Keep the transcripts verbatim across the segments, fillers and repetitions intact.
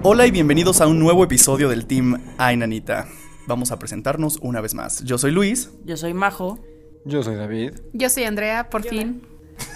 Hola y bienvenidos a un nuevo episodio del Team Ay Nanita. Vamos a presentarnos una vez más. Yo soy Luis. Yo soy Majo. Yo soy David. Yo soy Andrea, por Yo fin.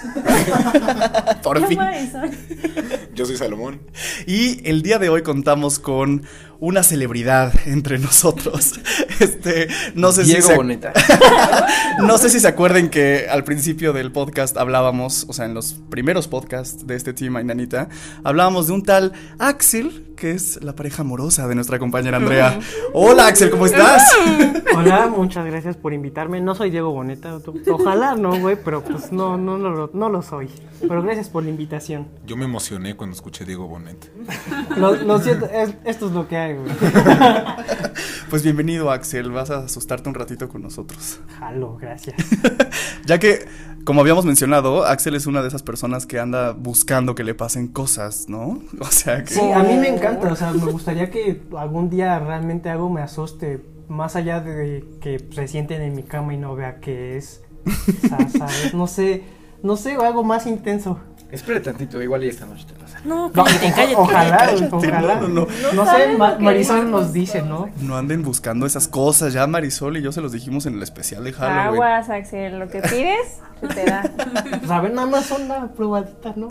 Por fin. Yo soy Salomón. Y el día de hoy contamos con una celebridad entre nosotros. Este, no sé Diego si se... Boneta. No sé si se acuerden que al principio del podcast hablábamos, o sea, en los primeros podcasts de este Team Ay Nanita, hablábamos de un tal Axel, que es la pareja amorosa de nuestra compañera Andrea. Hola Axel, ¿cómo estás? Hola, muchas gracias por invitarme. No soy Diego Boneta, ojalá no, güey, pero pues no, no, no, no, no lo soy. Pero gracias por la invitación. Yo me emocioné cuando escuché Diego Boneta. Lo, lo siento, es, esto es lo que hay, güey. Pues bienvenido Axel, vas a asustarte un ratito con nosotros. Jalo, gracias. Ya que, como habíamos mencionado, Axel es una de esas personas que anda buscando que le pasen cosas, ¿no? O sea que... Sí, a mí me encanta, o sea, me gustaría que algún día realmente algo me asuste, más allá de que se sienten en mi cama y no vea qué es, o sea, ¿sabes? No sé, no sé, algo más intenso. Espera tantito, igual y esta noche te pasa. No, cállate, cállate. Ojalá, cállate, ojalá. No, no, no. No, no sé, Ma- Marisol nos dice, ¿no? No anden buscando esas cosas, ya Marisol y yo se los dijimos en el especial de Halloween. Aguas, Axel, lo que pides, se te da. Pues a ver, nada más son la probadita, ¿no?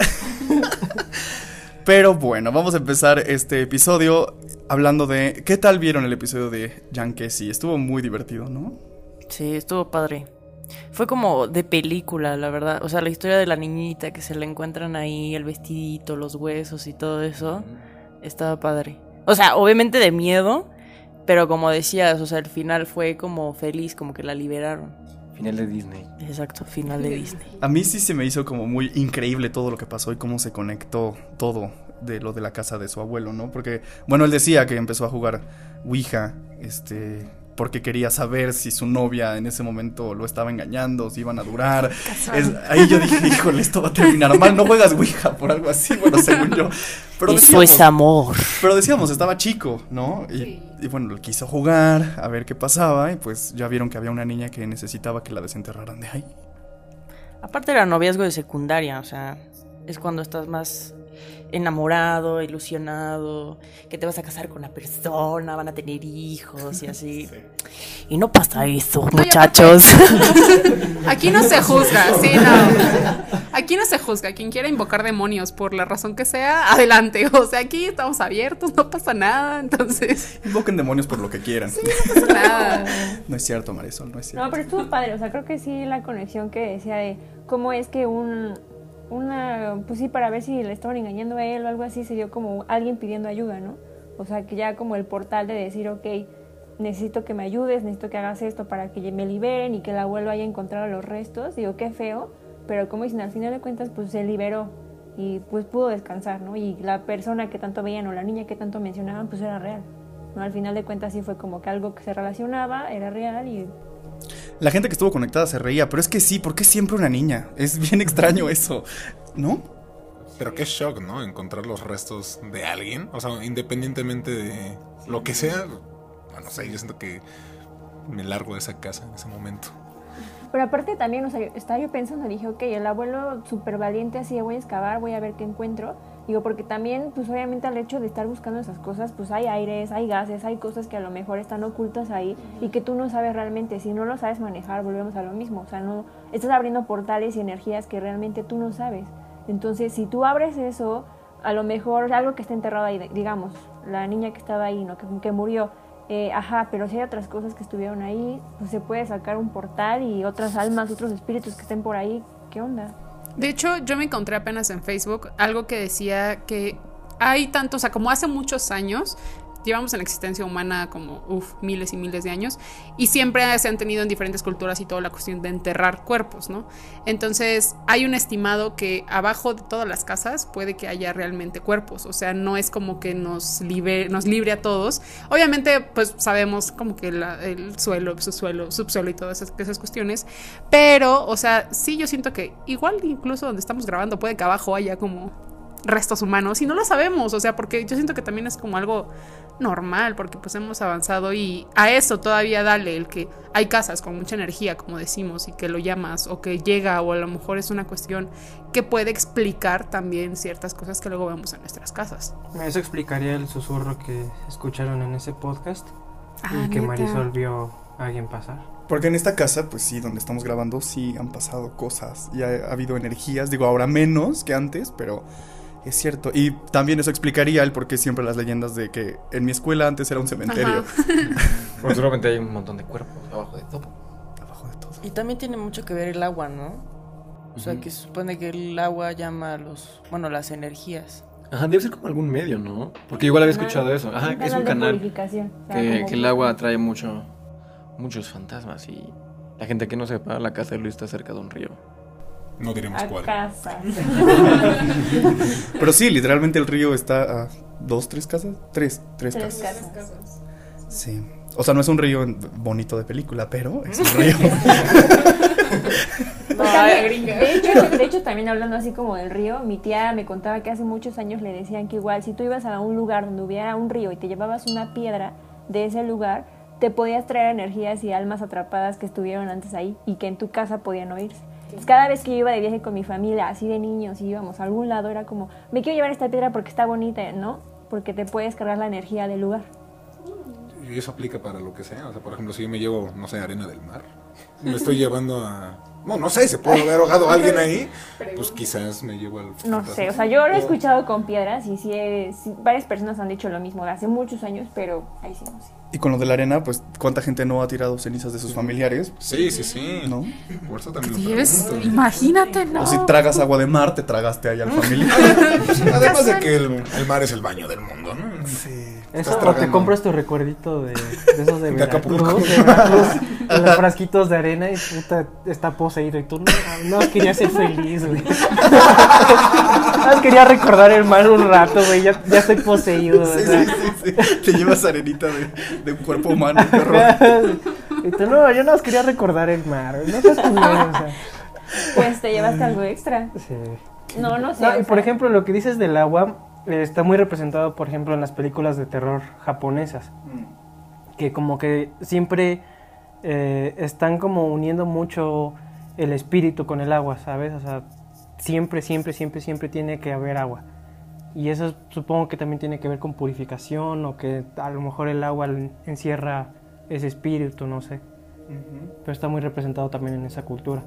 Pero bueno, vamos a empezar este episodio hablando de... ¿Qué tal vieron el episodio de Jan Kessi? Estuvo muy divertido, ¿no? Sí, estuvo padre. Fue como de película, la verdad. O sea, la historia de la niñita que se la encuentran ahí, el vestidito, los huesos y todo eso, estaba padre. O sea, obviamente de miedo, pero como decías, o sea, el final fue como feliz, como que la liberaron. Final de Disney. Exacto, final de Disney. A mí sí se me hizo como muy increíble todo lo que pasó y cómo se conectó todo de lo de la casa de su abuelo, ¿no? Porque, bueno, él decía que empezó a jugar Ouija, este... porque quería saber si su novia en ese momento lo estaba engañando, si iban a durar. Es, ahí yo dije, híjole, esto va a terminar mal, no juegas Ouija por algo así, bueno, según yo. Pero Eso decíamos, es amor. Pero decíamos, estaba chico, ¿no? Y, Sí. y bueno, él quiso jugar, a ver qué pasaba, y pues ya vieron que había una niña que necesitaba que la desenterraran de ahí. Aparte era noviazgo de secundaria, o sea, es cuando estás más enamorado, ilusionado, que te vas a casar con una persona, van a tener hijos y así. Sí. Y no pasa eso, no, muchachos. Aquí no se juzga, sí, no. Aquí no se juzga. Quien quiera invocar demonios por la razón que sea, adelante. O sea, aquí estamos abiertos, no pasa nada, entonces... Invoquen demonios por lo que quieran. Sí, no pasa nada. No es cierto, Marisol, no es cierto. No, pero estuvo padre, o sea, creo que sí la conexión que decía de cómo es que un... una, pues sí, para ver si le estaban engañando a él o algo así, se dio como alguien pidiendo ayuda, ¿no? O sea, que ya como el portal de decir, ok, necesito que me ayudes, necesito que hagas esto para que me liberen y que el abuelo haya encontrado los restos. Digo, qué feo, pero como dicen, al final de cuentas, pues se liberó y pues pudo descansar, ¿no? Y la persona que tanto veían o la niña que tanto mencionaban, pues era real, ¿no? Al final de cuentas sí fue como que algo que se relacionaba, era real y... La gente que estuvo conectada se reía, pero es que sí, ¿por qué siempre una niña? Es bien extraño eso, ¿no? Pero qué shock, ¿no? Encontrar los restos de alguien. O sea, independientemente de lo que sea. No sé, yo siento que me largo de esa casa en ese momento. Pero aparte también, o sea, estaba yo pensando, dije, ok, el abuelo súper valiente, así, voy a excavar, voy a ver qué encuentro. Digo, porque también, pues obviamente al hecho de estar buscando esas cosas, pues hay aires, hay gases, hay cosas que a lo mejor están ocultas ahí y que tú no sabes realmente. Si no lo sabes manejar, volvemos a lo mismo. O sea, no estás abriendo portales y energías que realmente tú no sabes. Entonces, si tú abres eso, a lo mejor algo que está enterrado ahí, digamos, la niña que estaba ahí, ¿no? que, que murió. Eh, ajá, pero si hay otras cosas que estuvieron ahí, pues se puede sacar un portal y otras almas, otros espíritus que estén por ahí. ¿Qué onda? De hecho, yo me encontré apenas en Facebook algo que decía que hay tanto, o sea, como hace muchos años, llevamos en la existencia humana como, uff, miles y miles de años, y siempre se han tenido en diferentes culturas y toda la cuestión de enterrar cuerpos, ¿no? Entonces, hay un estimado que abajo de todas las casas puede que haya realmente cuerpos, o sea, no es como que nos libre, nos libre a todos. Obviamente, pues sabemos como que la, el suelo, subsuelo, subsuelo y todas esas, esas cuestiones, pero, o sea, sí yo siento que igual incluso donde estamos grabando puede que abajo haya como restos humanos y no lo sabemos, o sea, porque yo siento que también es como algo normal, porque pues hemos avanzado y a eso todavía dale el que hay casas con mucha energía, como decimos, y que lo llamas o que llega, o a lo mejor es una cuestión que puede explicar también ciertas cosas que luego vemos en nuestras casas. Eso explicaría el susurro que escucharon en ese podcast Ah, y que neta. Marisol vio a alguien pasar. Porque en esta casa, pues sí, donde estamos grabando, sí han pasado cosas y ha, ha habido energías, digo, ahora menos que antes, pero es cierto. Y también eso explicaría el por qué siempre las leyendas de que en mi escuela antes era un cementerio. Porque seguramente hay un montón de cuerpos abajo de todo. Abajo de todo. Y también tiene mucho que ver el agua, ¿no? O sea, que se supone que el agua llama a los, bueno, las energías. Ajá, debe ser como algún medio, ¿no? Porque igual había escuchado eso. Ajá, Un que es un de canal purificación, o sea, que, como- que el agua atrae mucho, muchos fantasmas y la gente que no sepa, la casa de Luis está cerca de un río. No diremos a cuál. casa. Pero sí, literalmente el río está a dos, tres casas. Tres, tres, Tres casas. casas. Sí. O sea, no es un río en- bonito de película, pero es un río. Pues también, de, hecho, de hecho, también hablando así como del río, mi tía me contaba que hace muchos años le decían que igual si tú ibas a un lugar donde hubiera un río y te llevabas una piedra de ese lugar, te podías traer energías y almas atrapadas que estuvieron antes ahí y que en tu casa podían oírse. Entonces, cada vez que yo iba de viaje con mi familia, así de niños, y íbamos a algún lado, era como, me quiero llevar esta piedra porque está bonita, ¿no? Porque te puedes cargar la energía del lugar. Y eso aplica para lo que sea. O sea, por ejemplo, si yo me llevo, no sé, arena del mar, me estoy llevando a... No, no sé, se puede haber ahogado alguien ahí, pues quizás me llevo al... No sé, o sea, yo lo he escuchado con piedras y sí, es, sí, varias personas han dicho lo mismo de hace muchos años, pero ahí sí no sé. Y con lo de la arena, pues, ¿cuánta gente no ha tirado cenizas de sus familiares? Sí, sí, sí. ¿No? Por eso también lo Sí, es, pregunto. imagínate, ¿no? O si tragas agua de mar, te tragaste ahí al familiar. Además de que el, el mar es el baño del mundo, ¿no? Sí. Eso, Estás o te tragando. compras tu recuerdito de, de esos de De Acapulco. Veracruz, de Veracruz, de los frasquitos de arena y puta, está poseído y tú no, no quería ser feliz, güey. No quería recordar el mar un rato, güey, ya, ya estoy poseído, Sí, o sea. sí, sí, sí. Te llevas arenita de, de un cuerpo humano, perro. Y tú, no, yo no quería recordar el mar, güey, no seas culero, o sea. Pues te llevaste algo extra. Sí. No, no sé. No, o y por sea, ejemplo, lo que dices del agua eh, está muy representado, por ejemplo, en las películas de terror japonesas, que como que siempre eh, están como uniendo mucho el espíritu con el agua, ¿sabes? O sea, siempre, siempre, siempre, siempre tiene que haber agua. Y eso supongo que también tiene que ver con purificación o que a lo mejor el agua encierra ese espíritu, no sé. Pero está muy representado también en esa cultura.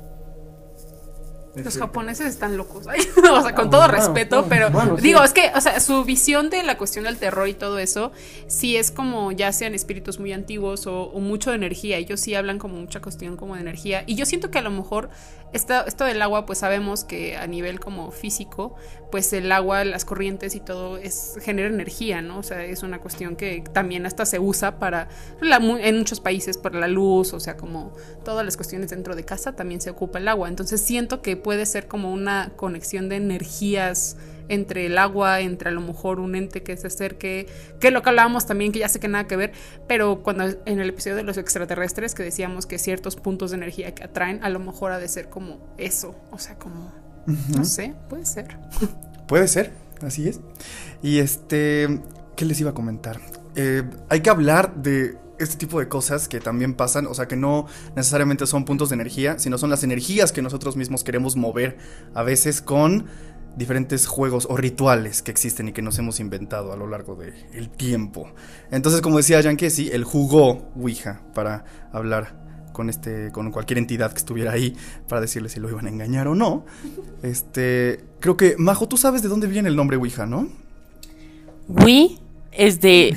Los japoneses están locos. Ay, o sea, con Ah, todo bueno, respeto, bueno, pero bueno, sí. digo, es que, o sea, su visión de la cuestión del terror y todo eso, sí es como ya sean espíritus muy antiguos o, o mucho de energía. Ellos sí hablan como mucha cuestión como de energía. Y yo siento que a lo mejor esto, esto del agua, pues sabemos que a nivel como físico, pues el agua, las corrientes y todo es genera energía, ¿no? O sea, es una cuestión que también hasta se usa para la, mu- en muchos países para la luz, o sea, como todas las cuestiones dentro de casa también se ocupa el agua. Entonces siento que puede ser como una conexión de energías entre el agua, entre a lo mejor un ente que se acerque, que lo que hablábamos también, que ya sé que nada que ver, pero cuando en el episodio de los extraterrestres que decíamos que ciertos puntos de energía que atraen, a lo mejor ha de ser como eso, o sea, como, no sé, puede ser. Puede ser, así es. Y este, ¿qué les iba a comentar? Eh, hay que hablar de este tipo de cosas que también pasan, o sea, que no necesariamente son puntos de energía, sino son las energías que nosotros mismos queremos mover, a veces con diferentes juegos o rituales que existen y que nos hemos inventado a lo largo del tiempo. Entonces, como decía Yankee, sí, él jugó Ouija para hablar con este, con cualquier entidad que estuviera ahí, para decirle si lo iban a engañar o no. Este, creo que, Majo, tú sabes de dónde viene el nombre Ouija, ¿no? Wii es de...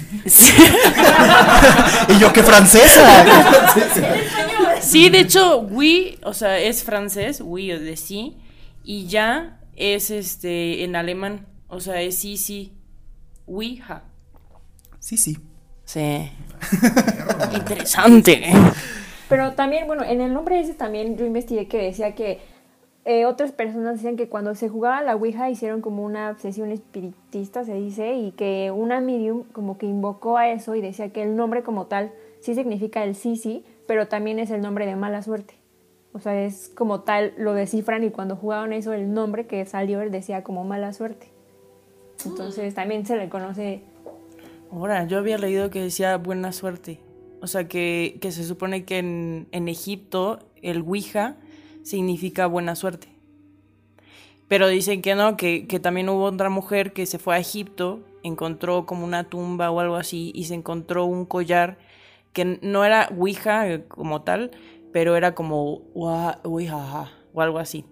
Y yo, ¡qué francesa! Sí, de hecho, Wii, o sea, es francés, Wii o de sí, y ya es este en alemán, o sea, es sí, sí, Ouija. Sí, sí. Sí. Interesante. pero también, bueno, en el nombre ese también yo investigué que decía que eh, otras personas decían que cuando se jugaba a la Ouija hicieron como una sesión espiritista, se dice, y que una medium como que invocó a eso y decía que el nombre como tal sí significa el sí, sí, pero también es el nombre de mala suerte. O sea, es como tal, lo descifran y cuando jugaban eso, el nombre que salió él decía como mala suerte. Entonces también se le conoce. Ahora, yo había leído que decía buena suerte. O sea, que, que se supone que en, en Egipto el Ouija significa buena suerte. Pero dicen que no, que, que también hubo otra mujer que se fue a Egipto, encontró como una tumba o algo así y se encontró un collar que no era Ouija como tal, pero era como Ouija o algo así.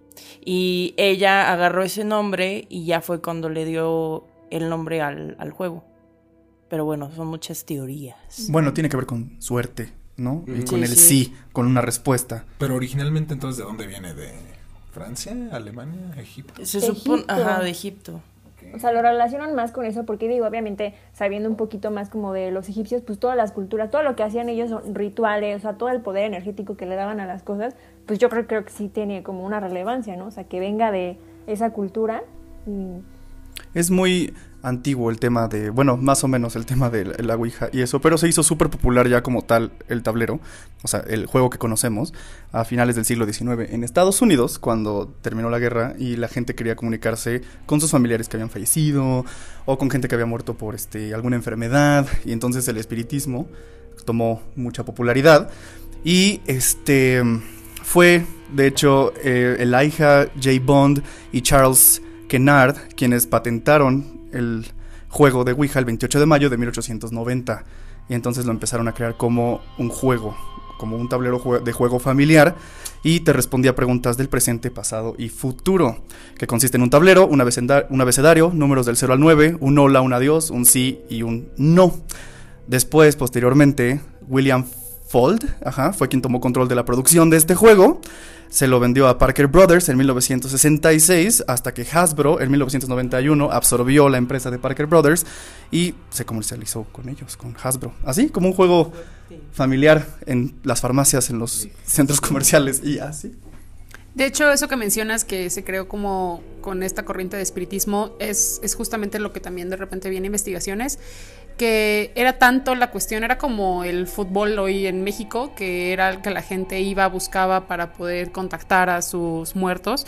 Y ella agarró ese nombre y ya fue cuando le dio el nombre al, al juego. Pero bueno, son muchas teorías. Bueno, tiene que ver con suerte, ¿no? Y con Sí, el sí. sí, con una respuesta. Pero originalmente, entonces, ¿de dónde viene? ¿De Francia, Alemania, Egipto? Se De supone, Egipto. ajá, de Egipto. O sea, lo relacionan más con eso porque digo, obviamente, sabiendo un poquito más como de los egipcios, pues todas las culturas, todo lo que hacían ellos, son rituales, o sea, todo el poder energético que le daban a las cosas, pues yo creo, creo que sí tiene como una relevancia, ¿no? O sea, que venga de esa cultura. Y... Es muy antiguo el tema de, bueno, más o menos el tema de la Ouija y eso, pero se hizo súper popular ya como tal el tablero, o sea, el juego que conocemos, a finales del siglo diecinueve en Estados Unidos, cuando terminó la guerra y la gente quería comunicarse con sus familiares que habían fallecido o con gente que había muerto por este alguna enfermedad, y entonces el espiritismo tomó mucha popularidad y este fue, de hecho, eh, Elijah J. Bond y Charles Kennard quienes patentaron el juego de Ouija el veintiocho de mayo de mil ochocientos noventa, y entonces lo empezaron a crear como un juego, como un tablero jue- de juego familiar, y te respondía preguntas del presente, pasado y futuro, que consiste en un tablero, un, abeceda- un abecedario, números del cero al nueve, un hola, un adiós, un sí y un no. Después, posteriormente, William Fold, ajá, fue quien tomó control de la producción de este juego. Se lo vendió a Parker Brothers en mil novecientos sesenta y seis, hasta que Hasbro en mil novecientos noventa y uno absorbió la empresa de Parker Brothers y se comercializó con ellos, con Hasbro. Así como un juego familiar en las farmacias, en los centros comerciales y así. De hecho, eso que mencionas que se creó como con esta corriente de espiritismo es, es justamente lo que también de repente viene investigaciones, que era tanto la cuestión, era como el fútbol hoy en México, que era el que la gente iba, buscaba para poder contactar a sus muertos,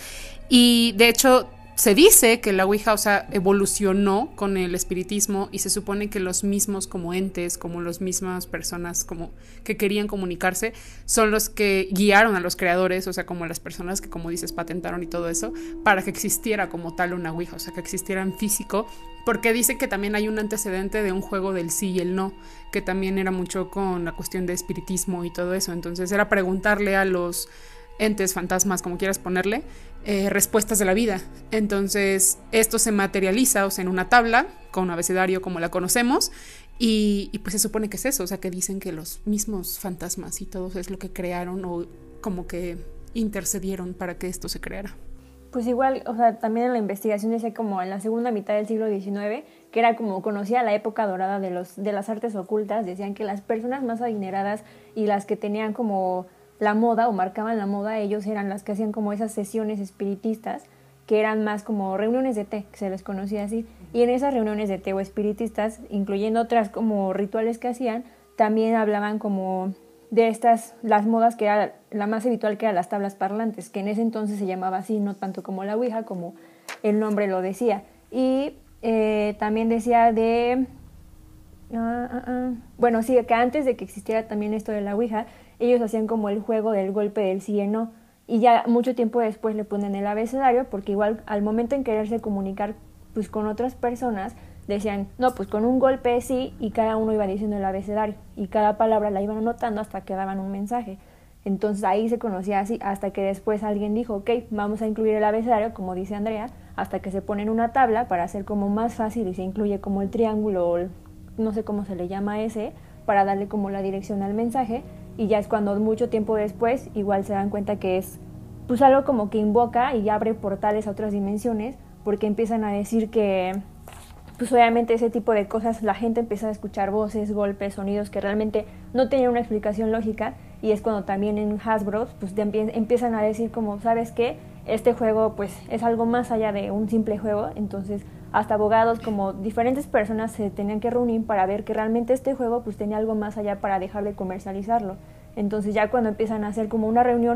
y de hecho se dice que la Ouija, o sea, evolucionó con el espiritismo y se supone que los mismos como entes, como las mismas personas como que querían comunicarse, son los que guiaron a los creadores, o sea, como las personas que, como dices, patentaron y todo eso, para que existiera como tal una Ouija, o sea, que existiera en físico, porque dicen que también hay un antecedente de un juego del sí y el no, que también era mucho con la cuestión de espiritismo y todo eso, entonces era preguntarle a los entes, fantasmas, como quieras ponerle, eh, respuestas de la vida. Entonces esto se materializa, o sea, en una tabla con un abecedario como la conocemos, y, y pues se supone que es eso, o sea, que dicen que los mismos fantasmas y todo es lo que crearon o como que intercedieron para que esto se creara. Pues igual, o sea, también en la investigación decía como en la segunda mitad del siglo diecinueve, que era como conocía la época dorada de, los, de las artes ocultas, decían que las personas más adineradas y las que tenían como la moda o marcaban la moda, ellos eran las que hacían como esas sesiones espiritistas, que eran más como reuniones de té, que se les conocía así, y en esas reuniones de té o espiritistas, incluyendo otras como rituales que hacían, también hablaban como de estas, las modas que era la más habitual, que eran las tablas parlantes, que en ese entonces se llamaba así, no tanto como la Ouija, como el nombre lo decía. Y eh, también decía de... Uh, uh, uh. Bueno, sí, que antes de que existiera también esto de la Ouija, ellos hacían como el juego del golpe del sí y el no. Y ya mucho tiempo después le ponen el abecedario, porque igual al momento en quererse comunicar pues con otras personas, decían, no, pues con un golpe sí, y cada uno iba diciendo el abecedario, y cada palabra la iban anotando hasta que daban un mensaje. Entonces ahí se conocía así, hasta que después alguien dijo, ok, vamos a incluir el abecedario, como dice Andrea, hasta que se pone en una tabla para hacer como más fácil y se incluye como el triángulo, o el, no sé cómo se le llama ese, para darle como la dirección al mensaje, y ya es cuando mucho tiempo después igual se dan cuenta que es pues algo como que invoca y abre portales a otras dimensiones, porque empiezan a decir que pues obviamente ese tipo de cosas, la gente empieza a escuchar voces, golpes, sonidos que realmente no tenían una explicación lógica, y es cuando también en Hasbro pues empiezan a decir como, ¿sabes qué? Este juego pues es algo más allá de un simple juego, entonces hasta abogados como diferentes personas se tenían que reunir para ver que realmente este juego pues tenía algo más allá para dejar de comercializarlo. Entonces ya cuando empiezan a hacer como una reunión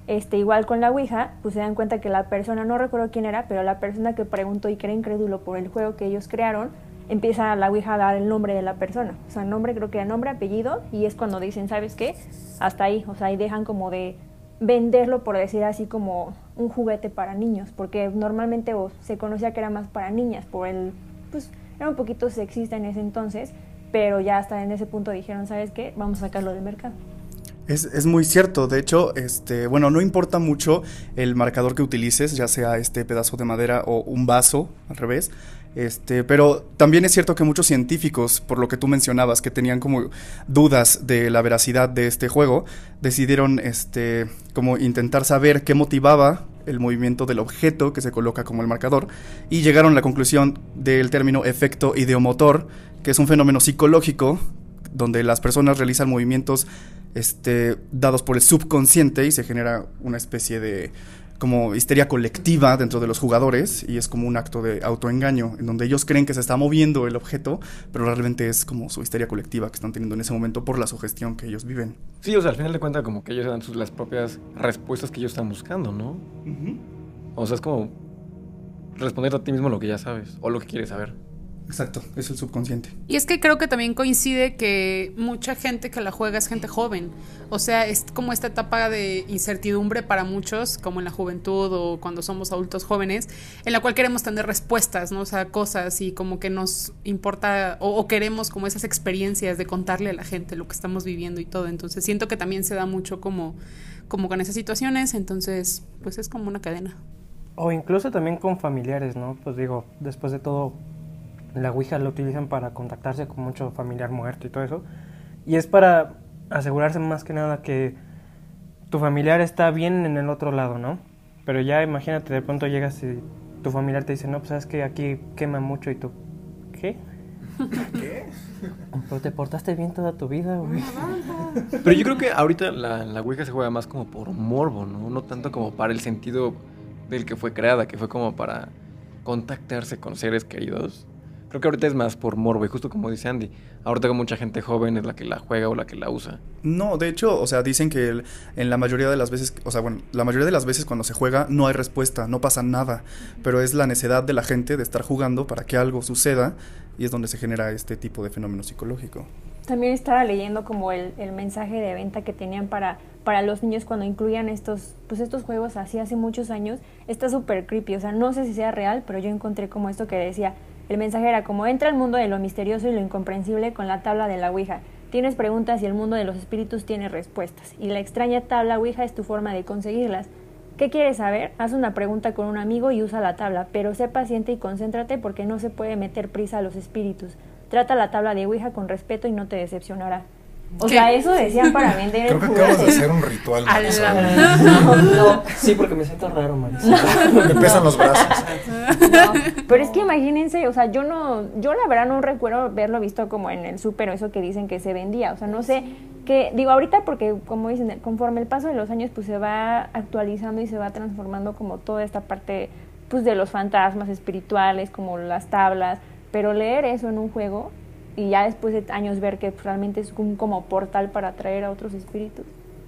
Este, igual con la Ouija, pues se dan cuenta que la persona, no recuerdo quién era, pero la persona que preguntó y que era incrédulo por el juego que ellos crearon, empieza la Ouija a dar el nombre de la persona. O sea, nombre, creo que era nombre, apellido, y es cuando dicen, ¿sabes qué? Hasta ahí. O sea, y dejan como de venderlo, por decir así, como un juguete para niños, porque normalmente o se conocía que era más para niñas, por el, pues, era un poquito sexista en ese entonces, pero ya hasta en ese punto dijeron, ¿sabes qué? Vamos a sacarlo del mercado. Es, es muy cierto, de hecho, este, bueno, no importa mucho el marcador que utilices, ya sea este pedazo de madera o un vaso, al revés, este, pero también es cierto que muchos científicos, por lo que tú mencionabas, que tenían como dudas de la veracidad de este juego, decidieron, este, como intentar saber qué motivaba el movimiento del objeto que se coloca como el marcador, y llegaron a la conclusión del término efecto ideomotor, que es un fenómeno psicológico donde las personas realizan movimientos este, dados por el subconsciente y se genera una especie de como histeria colectiva dentro de los jugadores, y es como un acto de autoengaño en donde ellos creen que se está moviendo el objeto, pero realmente es como su histeria colectiva que están teniendo en ese momento por la sugestión que ellos viven. Sí, o sea, al final de cuentas como que ellos dan sus, las propias respuestas que ellos están buscando, ¿no? Uh-huh. O sea, es como responder a ti mismo lo que ya sabes o lo que quieres saber. Exacto, es el subconsciente. Y es que creo que también coincide que mucha gente que la juega es gente joven. O sea, es como esta etapa de incertidumbre para muchos, como en la juventud o cuando somos adultos jóvenes, en la cual queremos tener respuestas, ¿no? O sea, cosas, y como que nos importa o, o queremos como esas experiencias de contarle a la gente lo que estamos viviendo y todo. Entonces siento que también se da mucho como, como con esas situaciones. Entonces, pues es como una cadena. O incluso también con familiares, ¿no? Pues digo, después de todo, la Ouija lo utilizan para contactarse con mucho familiar muerto y todo eso. Y es para asegurarse más que nada que tu familiar está bien en el otro lado, ¿no? Pero ya imagínate, de pronto llegas y tu familiar te dice, no, pues sabes que aquí quema mucho, y tú, ¿qué? ¿Qué? Pero te portaste bien toda tu vida, güey. Pero yo creo que ahorita la, la Ouija se juega más como por morbo, ¿no? No tanto como para el sentido del que fue creada, que fue como para contactarse con seres queridos. Creo que ahorita es más por morbo, y justo como dice Andy, ahorita que mucha gente joven es la que la juega o la que la usa. No, de hecho, o sea, dicen que el, en la mayoría de las veces, o sea, bueno, la mayoría de las veces cuando se juega no hay respuesta, no pasa nada, pero es la necedad de la gente de estar jugando para que algo suceda, y es donde se genera este tipo de fenómeno psicológico. También estaba leyendo como el, el mensaje de venta que tenían para, para los niños cuando incluían estos, pues estos juegos así hace muchos años. Está súper creepy, o sea, no sé si sea real, pero yo encontré como esto que decía. El mensaje era como: entra al mundo de lo misterioso y lo incomprensible con la tabla de la Ouija. Tienes preguntas y el mundo de los espíritus tiene respuestas. Y la extraña tabla Ouija es tu forma de conseguirlas. ¿Qué quieres saber? Haz una pregunta con un amigo y usa la tabla, pero sé paciente y concéntrate porque no se puede meter prisa a los espíritus. Trata la tabla de Ouija con respeto y no te decepcionará. O ¿Qué? sea, eso decían para vender Creo el que juguete. acabas de hacer un ritual. A Marisa. No, no. Sí, porque me siento raro, Marisa. Me pesan los brazos. No, pero es que imagínense, o sea, yo no, yo la verdad no recuerdo haberlo visto como en el súper o eso que dicen que se vendía, o sea, no sé, que digo ahorita porque como dicen, conforme el paso de los años pues se va actualizando y se va transformando como toda esta parte pues de los fantasmas espirituales, como las tablas, pero leer eso en un juego y ya después de años ver que pues, realmente es un como portal para atraer a otros espíritus.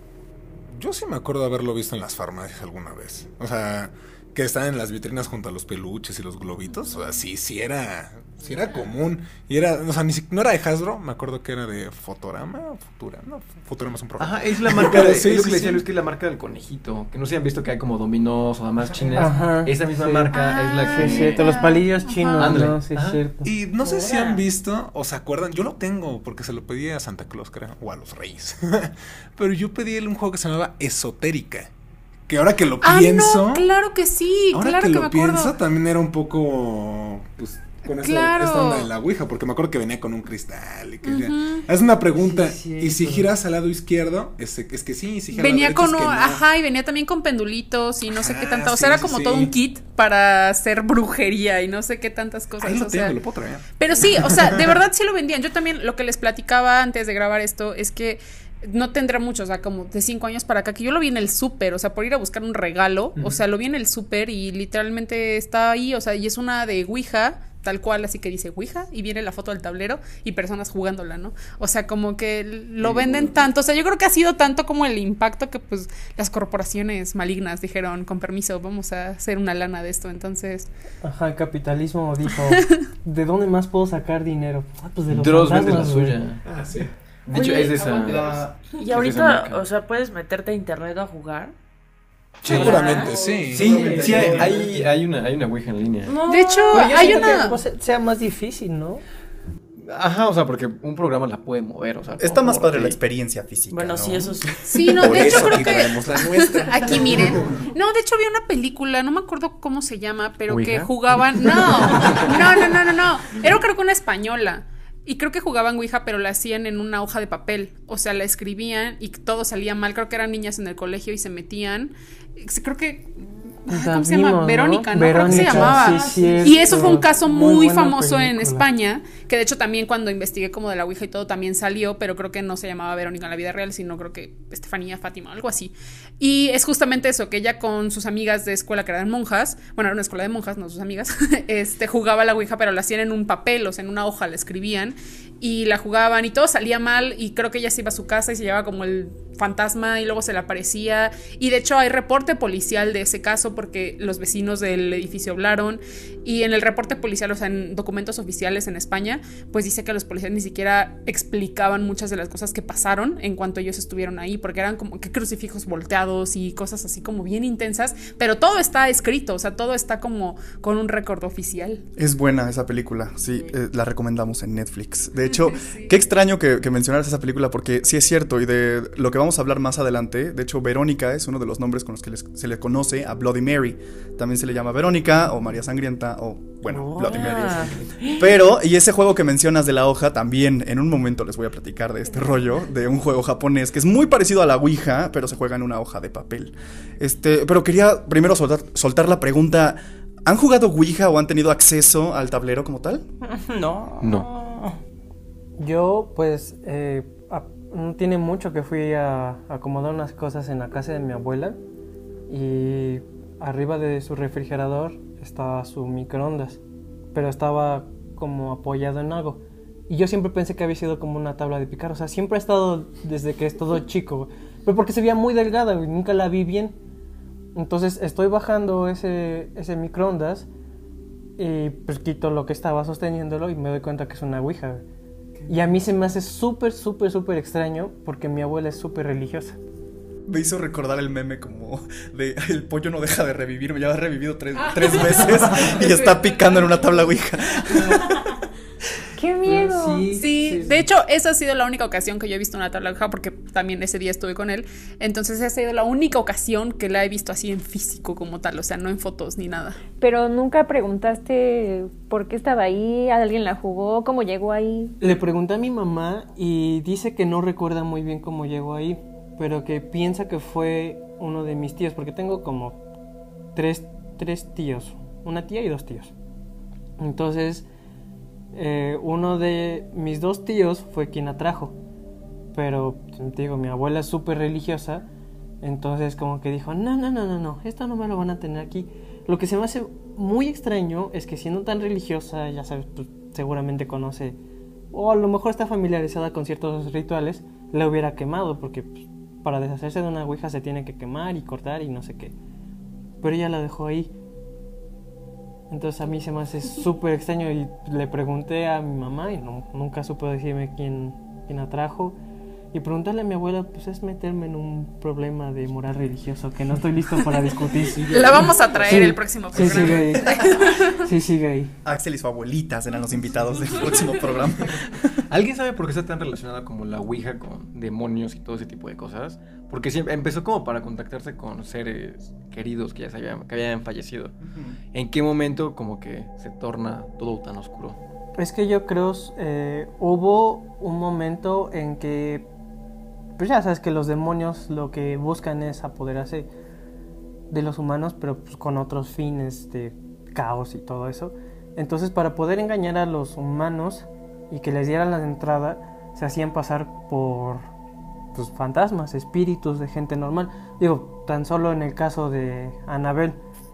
Yo sí me acuerdo de haberlo visto en las farmacias alguna vez. O sea, que estaban en las vitrinas junto a los peluches y los globitos. O sea, sí, sí era, sí era común. Y era, o sea, ni si, no era de Hasbro, me acuerdo que era de Fotorama, Futura, no, Futurama es un programa. Ajá, es la marca de, Sí, es lo sí, que le decía sí. Luis, que es la marca del conejito. Que no se han visto que hay como dominós o demás chinas. Ajá, Esa misma sí. marca es la Sí, que... es cierto, los palillos chinos, Ándale. ¿no? Sí, es Ajá. cierto. Y no sé si han visto o se acuerdan, yo lo tengo porque se lo pedí a Santa Claus, creo, o a los Reyes. Pero yo pedí un juego que se llamaba Esotérica. Que ahora que lo Ah, pienso, no, claro que sí, ahora claro que, que, lo me acuerdo. pienso, también era un poco, pues, con esa, Claro. esta onda de la Ouija, porque me acuerdo que venía con un cristal y que decía, haz una pregunta, Sí, y si cierto. giras al lado izquierdo, es, es que sí, y si giras Venía al lado con derecho, un, es que no. ajá, y venía también con pendulitos y no sé Ajá, qué tanta, o sí, sea, era sí, como sí. todo un kit para hacer brujería y no sé qué tantas cosas. Ahí lo o sea, tengo, lo puedo traer. pero sí, o sea, de verdad sí lo vendían. Yo también lo que les platicaba antes de grabar esto es que no tendrá mucho, o sea, como de cinco años para acá, que yo lo vi en el súper, o sea, por ir a buscar un regalo, uh-huh. O sea, lo vi en el súper y literalmente está ahí, o sea, y es una de Ouija tal cual, así que dice Ouija y viene la foto del tablero y personas jugándola, ¿no? O sea, como que lo venden tanto, o sea, yo creo que ha sido tanto como el impacto que pues las corporaciones malignas dijeron, con permiso, vamos a hacer una lana de esto, entonces... Ajá, el capitalismo dijo, ¿de dónde más puedo sacar dinero? Ah, pues de los Dross vende la fantasmas, güey. suya. Ah, sí. De hecho, Oye, es de esa. La- Y esa ahorita, marca. o sea, puedes meterte a internet a jugar. Seguramente, sí. Sí, sí, hay, hay, hay una, hay una Ouija en línea. No. De hecho, Pero yo hay siento una... que, pues, sea más difícil, ¿no? Ajá, o sea, porque un programa la puede mover, o sea. Está más por padre la ti. experiencia física. Bueno, ¿no? sí, eso sí. Sí, no, Por de hecho eso creo aquí que... traemos la nuestra. Aquí miren. No, de hecho vi una película, no me acuerdo cómo se llama, pero ¿Ouija? que jugaban. No, no, no, no, no, no. Era creo que una española. Y creo que jugaban Ouija, pero la hacían en una hoja de papel. O sea, la escribían y todo salía mal. Creo que eran niñas en el colegio y se metían. Creo que. Ay, ¿cómo se llama? Vimos, ¿no? Verónica, ¿no? Verónica, Creo que se llamaba. sí, cierto. Y eso fue un caso muy, Muy buena famoso en película. España, que de hecho también cuando investigué como de la Ouija y todo también salió, pero creo que no se llamaba Verónica en la vida real, sino creo que Estefanía, Fátima, algo así. Y es justamente eso, que ella con sus amigas de escuela que eran monjas, bueno, era una escuela de monjas, no sus amigas, este, jugaba a la Ouija, pero la hacían en un papel, o sea, en una hoja la escribían y la jugaban y todo salía mal y creo que ella se iba a su casa y se llevaba como el fantasma y luego se le aparecía y de hecho hay reporte policial de ese caso porque los vecinos del edificio hablaron y en el reporte policial, o sea, en documentos oficiales en España, pues dice que los policías ni siquiera explicaban muchas de las cosas que pasaron en cuanto ellos estuvieron ahí porque eran como que crucifijos volteados y cosas así como bien intensas, pero todo está escrito, o sea, todo está como con un récord oficial. Es buena esa película, sí, eh, la recomendamos en Netflix. De hecho, sí. Qué extraño que, que mencionaras esa película porque sí es cierto y de lo que vamos a hablar más adelante, de hecho Verónica es uno de los nombres con los que les, se le conoce a Bloody Mary. También se le llama Verónica o María Sangrienta o, bueno, oh, Bloody Mary. Pero, y ese juego que mencionas de la hoja, también en un momento les voy a platicar de este rollo, de un juego japonés que es muy parecido a la Ouija, pero se juega en una hoja de papel. Este, pero quería primero soltar, soltar la pregunta, ¿han jugado Ouija o han tenido acceso al tablero como tal? No. No. Yo, pues, eh, a, no tiene mucho que fui a acomodar unas cosas en la casa de mi abuela y arriba de su refrigerador estaba su microondas, pero estaba como apoyado en algo. Y yo siempre pensé que había sido como una tabla de picar, o sea, siempre ha estado desde que es todo chico, pero porque se veía muy delgada y nunca la vi bien. Entonces estoy bajando ese, ese microondas y pues quito lo que estaba sosteniéndolo y me doy cuenta que es una ouija. Y a mí se me hace súper, súper, súper extraño porque mi abuela es súper religiosa. Me hizo recordar el meme como de el pollo no deja de revivir, ya ha revivido tres, tres veces y está picando en una tabla ouija. ¡Qué miedo! Sí, sí, sí, de hecho, esa ha sido la única ocasión que yo he visto una tabla ouija porque también ese día estuve con él. Entonces esa ha sido la única ocasión que la he visto así en físico como tal, o sea, no en fotos ni nada. Pero nunca preguntaste por qué estaba ahí, alguien la jugó, cómo llegó ahí. Le pregunté a mi mamá y dice que no recuerda muy bien cómo llegó ahí, pero que piensa que fue uno de mis tíos, porque tengo como tres, tres tíos, una tía y dos tíos. Entonces, eh, uno de mis dos tíos fue quien la trajo, pero te digo, mi abuela es súper religiosa, entonces como que dijo, no, no, no, no, no, esto no me lo van a tener aquí. Lo que se me hace muy extraño es que siendo tan religiosa, ya sabes, pues, seguramente conoce, o a lo mejor está familiarizada con ciertos rituales, la hubiera quemado, porque pues, para deshacerse de una ouija se tiene que quemar y cortar y no sé qué. Pero ella la dejó ahí. Entonces a mí se me hace súper extraño y le pregunté a mi mamá y no, nunca supo decirme quién, quién la trajo. Y preguntarle a mi abuela, pues es meterme en un problema de moral religioso que no estoy listo para discutir. La vamos a traer sí, el próximo programa. Sí, sigue ahí. Sí, sigue ahí. Axel y su abuelita serán los invitados del próximo programa. ¿Alguien sabe por qué está tan relacionada como la Ouija con demonios y todo ese tipo de cosas? Porque siempre empezó como para contactarse con seres queridos que ya se habían, que habían fallecido. Uh-huh. ¿En qué momento como que se torna todo tan oscuro? Es que yo creo eh, hubo un momento en que pues ya sabes que los demonios lo que buscan es apoderarse de los humanos, pero pues con otros fines de caos y todo eso. Entonces, para poder engañar a los humanos y que les dieran la entrada, se hacían pasar por pues, fantasmas, espíritus de gente normal. Digo, tan solo en el caso de Annabelle,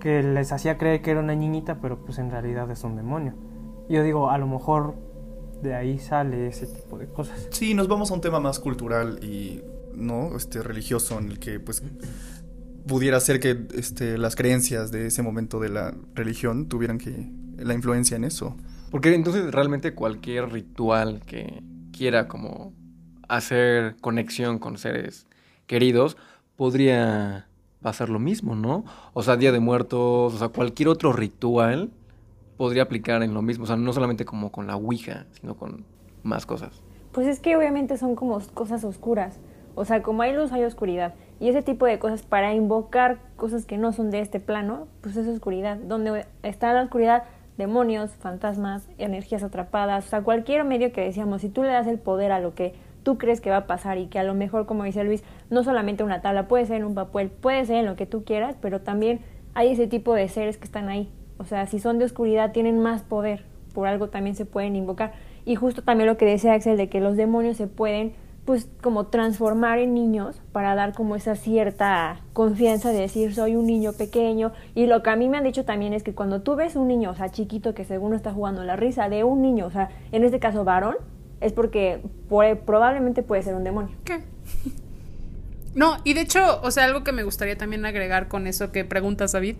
que les hacía creer que era una niñita, pero pues en realidad es un demonio. Y yo digo, a lo mejor de ahí sale ese tipo de cosas. Sí, nos vamos a un tema más cultural y no este religioso, en el que pues pudiera ser que este las creencias de ese momento de la religión tuvieran que la influencia en eso. Porque entonces realmente cualquier ritual que quiera como hacer conexión con seres queridos podría pasar lo mismo, ¿no? O sea, Día de Muertos, o sea, cualquier otro ritual podría aplicar en lo mismo. O sea, no solamente como con la Ouija, sino con más cosas. Pues es que obviamente son como cosas oscuras. O sea, como hay luz, hay oscuridad. Y ese tipo de cosas para invocar cosas que no son de este plano, pues es oscuridad. Donde está la oscuridad, demonios, fantasmas, energías atrapadas, o sea, cualquier medio que decíamos, si tú le das el poder a lo que tú crees que va a pasar y que a lo mejor, como dice Luis, no solamente una tabla, puede ser en un papel, puede ser en lo que tú quieras, pero también hay ese tipo de seres que están ahí. O sea, si son de oscuridad, tienen más poder, por algo también se pueden invocar. Y justo también lo que decía Axel, de que los demonios se pueden, pues, como transformar en niños para dar como esa cierta confianza de decir, soy un niño pequeño. Y lo que a mí me han dicho también es que cuando tú ves un niño, o sea, chiquito, que según está jugando la risa de un niño, o sea, en este caso varón, es porque por, probablemente puede ser un demonio. ¿Qué? No, y de hecho, o sea, algo que me gustaría también agregar con eso que preguntas, David,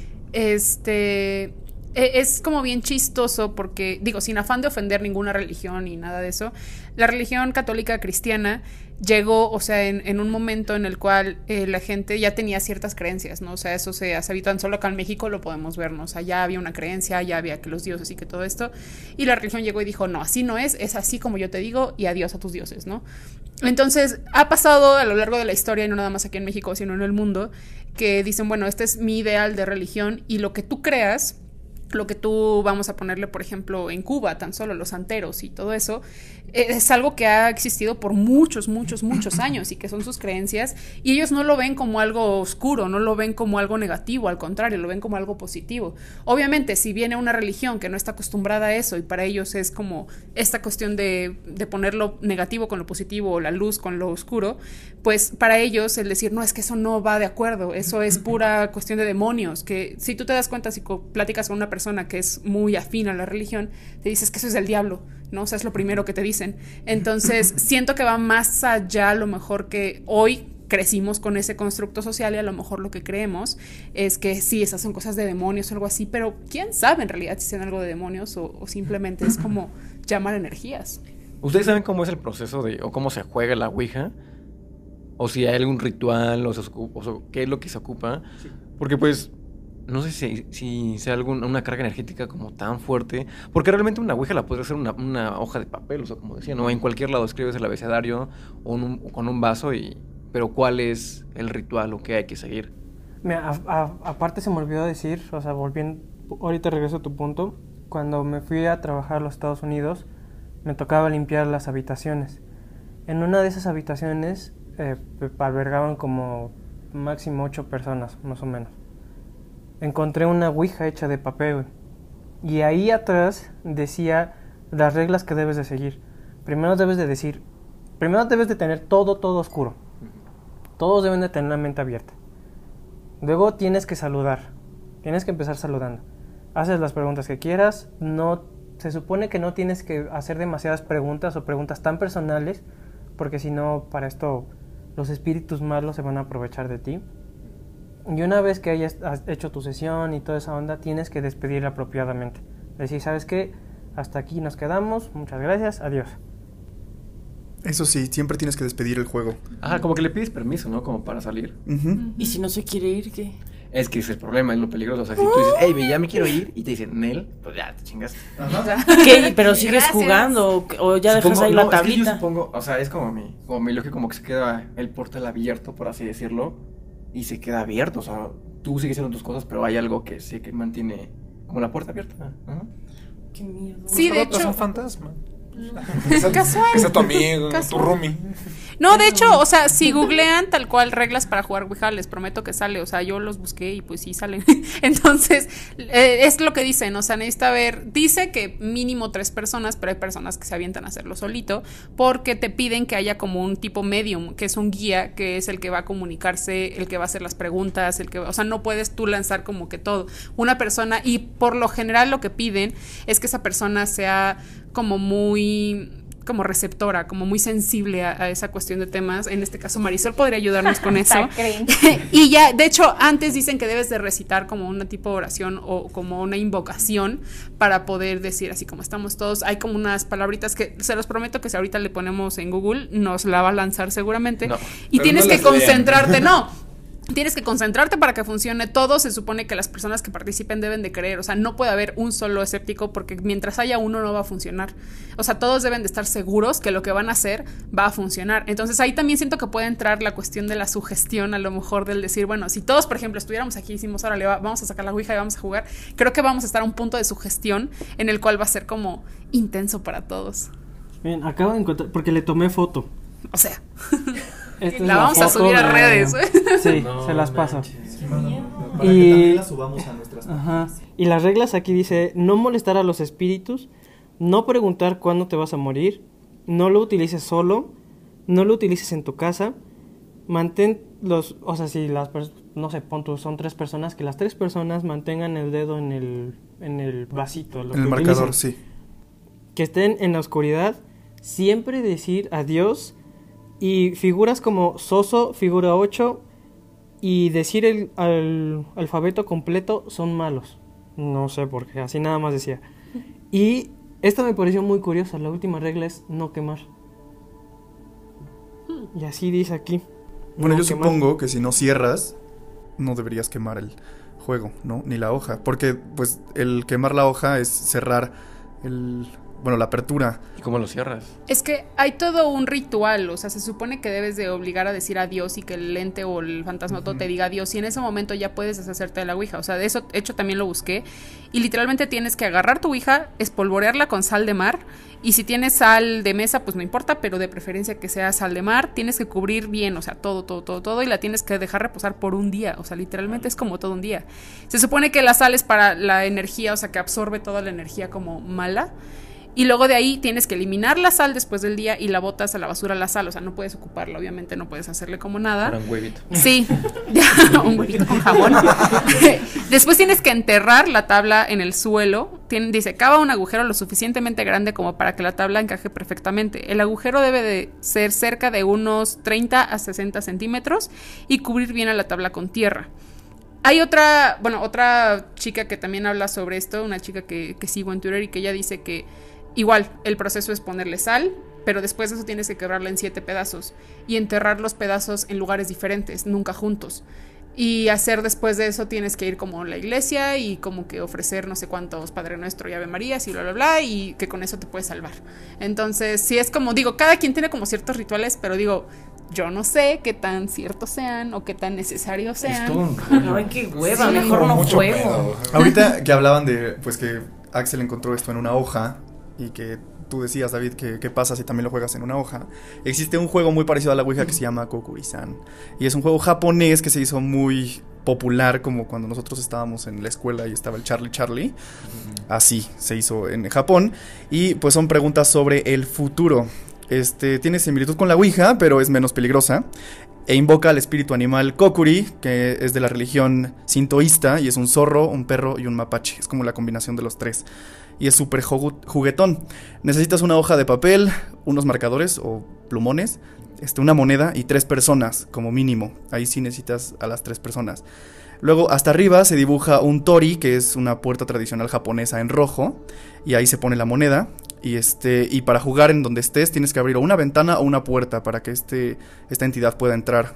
este... es como bien chistoso porque, digo, sin afán de ofender ninguna religión ni nada de eso, la religión católica cristiana llegó, o sea, en, en un momento en el cual eh, la gente ya tenía ciertas creencias, ¿no? O sea, eso se ha sabido, tan solo acá en México lo podemos ver, ¿no? O sea, ya había una creencia, ya había que los dioses y que todo esto, y la religión llegó y dijo, no, así no es, es así como yo te digo y adiós a tus dioses, ¿no? Entonces, ha pasado a lo largo de la historia, y no nada más aquí en México, sino en el mundo, que dicen, bueno, este es mi ideal de religión y lo que tú creas, lo que tú, vamos a ponerle, por ejemplo, en Cuba, tan solo los santeros y todo eso, es algo que ha existido por muchos, muchos, muchos años y que son sus creencias, y ellos no lo ven como algo oscuro, no lo ven como algo negativo, al contrario, lo ven como algo positivo. Obviamente, si viene una religión que no está acostumbrada a eso y para ellos es como esta cuestión de, de poner lo negativo con lo positivo o la luz con lo oscuro, pues para ellos el decir, no, es que eso no va de acuerdo, eso es pura cuestión de demonios, que si tú te das cuenta, si platicas con una persona que es muy afín a la religión, te dices que eso es del diablo, ¿no? O sea, es lo primero que te dicen. Entonces, siento que va más allá, a lo mejor que hoy crecimos con ese constructo social y a lo mejor lo que creemos es que sí, esas son cosas de demonios o algo así, pero quién sabe en realidad si son algo de demonios o, o simplemente es como llamar energías. ¿Ustedes saben cómo es el proceso de, o cómo se juega la Ouija? O si hay algún ritual, o, se, o sea, qué es lo que se ocupa. Sí. Porque pues no sé si, si sea algún, una carga energética como tan fuerte. Porque realmente una ouija la podría hacer una, una hoja de papel, o sea, como decía, ¿no? En cualquier lado escribes el abecedario o, un, o con un vaso y... Pero ¿cuál es el ritual o qué hay que seguir? Mira, a, a, aparte se me olvidó decir, o sea, volviendo... Ahorita regreso a tu punto. Cuando me fui a trabajar a los Estados Unidos, me tocaba limpiar las habitaciones. En una de esas habitaciones eh, albergaban como máximo ocho personas, más o menos. Encontré una ouija hecha de papel, y ahí atrás decía las reglas que debes de seguir. Primero debes de decir, primero debes de tener todo, todo oscuro. Todos deben de tener la mente abierta. Luego tienes que saludar, tienes que empezar saludando. Haces las preguntas que quieras, no, se supone que no tienes que hacer demasiadas preguntas o preguntas tan personales, porque si no, para esto los espíritus malos se van a aprovechar de ti. Y una vez que hayas hecho tu sesión y toda esa onda, tienes que despedir apropiadamente. Decir, ¿sabes qué? Hasta aquí nos quedamos, muchas gracias, adiós. Eso sí, siempre tienes que despedir el juego. Ajá, como que le pides permiso, ¿no? Como para salir. Uh-huh. ¿Y si no se quiere ir, qué? Es que es el problema, es lo peligroso. O sea, si tú dices, hey, ya me quiero ir, y te dicen, Nel, pues ya, te chingas. Ajá. ¿Qué? ¿Pero sigues Gracias. jugando? ¿O ya dejas supongo, ahí no, la tablita? Es que yo supongo, o sea, es como mi, como mi lógica, como que se queda el portal abierto, por así decirlo, y se queda abierto. O sea, tú sigues haciendo tus cosas, pero hay algo que sí que mantiene como la puerta abierta. Ajá. Qué miedo. Sí, de hecho. Es un fantasma. Que sea, Casual. que sea tu amigo, Casual. tu roomie. No, de hecho, o sea, si googlean tal cual reglas para jugar Ouija, les prometo que sale. O sea, yo los busqué y pues sí salen. Entonces, eh, es lo que dicen. O sea, necesita ver. Dice que mínimo tres personas, pero hay personas que se avientan a hacerlo solito. Porque te piden que haya como un tipo medium, que es un guía, que es el que va a comunicarse, el que va a hacer las preguntas, el que va, o sea, no puedes tú lanzar como que todo. Una persona, y por lo general lo que piden es que esa persona sea como muy como receptora, como muy sensible a, a esa cuestión de temas. En este caso Marisol podría ayudarnos con eso. Y ya, de hecho, antes dicen que debes de recitar como una tipo de oración o como una invocación para poder decir así como estamos todos. Hay como unas palabritas que se los prometo que si ahorita le ponemos en Google nos la va a lanzar seguramente. No, y pero tienes no que las lean. concentrarte, no. Tienes que concentrarte para que funcione todo. Se supone que las personas que participen deben de creer. O sea, no puede haber un solo escéptico porque mientras haya uno no va a funcionar. O sea, todos deben de estar seguros que lo que van a hacer va a funcionar. Entonces ahí también siento que puede entrar la cuestión de la sugestión, a lo mejor del decir, bueno, si todos, por ejemplo, estuviéramos aquí y decimos, órale, va, vamos a sacar la ouija y vamos a jugar, creo que vamos a estar a un punto de sugestión en el cual va a ser como intenso para todos. Bien, acabo de encontrar, porque le tomé foto. O sea, Esta es la vamos a foto subir a de- redes. Sí, No se las paso. manches. Para Y- que también la subamos a nuestras Ajá. Y las reglas aquí dice, no molestar a los espíritus, no preguntar cuándo te vas a morir, no lo utilices solo, no lo utilices en tu casa, mantén los, o sea, si las pers- no sé, pon tú, son tres personas, que las tres personas mantengan el dedo en el, en el vasito. lo En el que marcador, utilicen. sí. Que estén en la oscuridad, siempre decir adiós, y figuras como Soso, figura ocho, y decir el al- alfabeto completo son malos. No sé por qué, así nada más decía. Y esta me pareció muy curiosa, la última regla es no quemar. Y así dice aquí. Bueno, no yo quemar. supongo que si no cierras, no deberías quemar el juego, ¿no? Ni la hoja. Porque, pues, el quemar la hoja es cerrar el... Bueno, la apertura. ¿Y cómo lo cierras? Es que hay todo un ritual, o sea, se supone que debes de obligar a decir adiós y que el ente o el fantasmato te diga adiós y en ese momento ya puedes deshacerte de la ouija, o sea, de eso hecho también lo busqué y literalmente tienes que agarrar tu ouija, espolvorearla con sal de mar y si tienes sal de mesa pues no importa, pero de preferencia que sea sal de mar, tienes que cubrir bien, o sea, todo, todo, todo, todo y la tienes que dejar reposar por un día, o sea, literalmente es como todo un día. Se supone que la sal es para la energía, o sea, que absorbe toda la energía como mala. Y luego de ahí tienes que eliminar la sal después del día y la botas a la basura la sal. O sea, no puedes ocuparla, obviamente no puedes hacerle como nada. Para un huevito. Sí, un huevito con jabón. Después tienes que enterrar la tabla en el suelo. Tien, dice, cava un agujero lo suficientemente grande como para que la tabla encaje perfectamente. El agujero debe de ser cerca de unos treinta a sesenta centímetros y cubrir bien a la tabla con tierra. Hay otra, bueno, otra chica que también habla sobre esto, una chica que, que sigo en Twitter y que ella dice que igual, el proceso es ponerle sal, pero después de eso tienes que quebrarla en siete pedazos y enterrar los pedazos en lugares diferentes, nunca juntos. Y hacer después de eso tienes que ir como a la iglesia y como que ofrecer no sé cuántos Padre Nuestro y Ave Marías y bla, bla, bla, y que con eso te puedes salvar. Entonces, sí es como, digo, cada quien tiene como ciertos rituales, pero digo, yo no sé qué tan ciertos sean o qué tan necesarios sean. Es todo un rollo. Ay, qué hueva, Sí, mejor Como no mucho juego. pedo. Ahorita que hablaban de, pues, que Axel encontró esto en una hoja y que tú decías, David, que qué pasa si también lo juegas en una hoja. Existe un juego muy parecido a la ouija que se llama Kokuri-san. Y es un juego japonés que se hizo muy popular como cuando nosotros estábamos en la escuela y estaba el Charlie Charlie. Así se hizo en Japón. Y pues son preguntas sobre el futuro. Este, tiene similitud con la ouija, pero es menos peligrosa. E invoca al espíritu animal Kokuri, que es de la religión sintoísta, y es un zorro, un perro y un mapache. Es como la combinación de los tres. Y es súper juguetón. Necesitas una hoja de papel, unos marcadores o plumones, este, una moneda y tres personas como mínimo. Ahí sí necesitas a las tres personas. Luego hasta arriba se dibuja un tori, que es una puerta tradicional japonesa en rojo, y ahí se pone la moneda. Y este y para jugar en donde estés tienes que abrir o una ventana o una puerta para que este esta entidad pueda entrar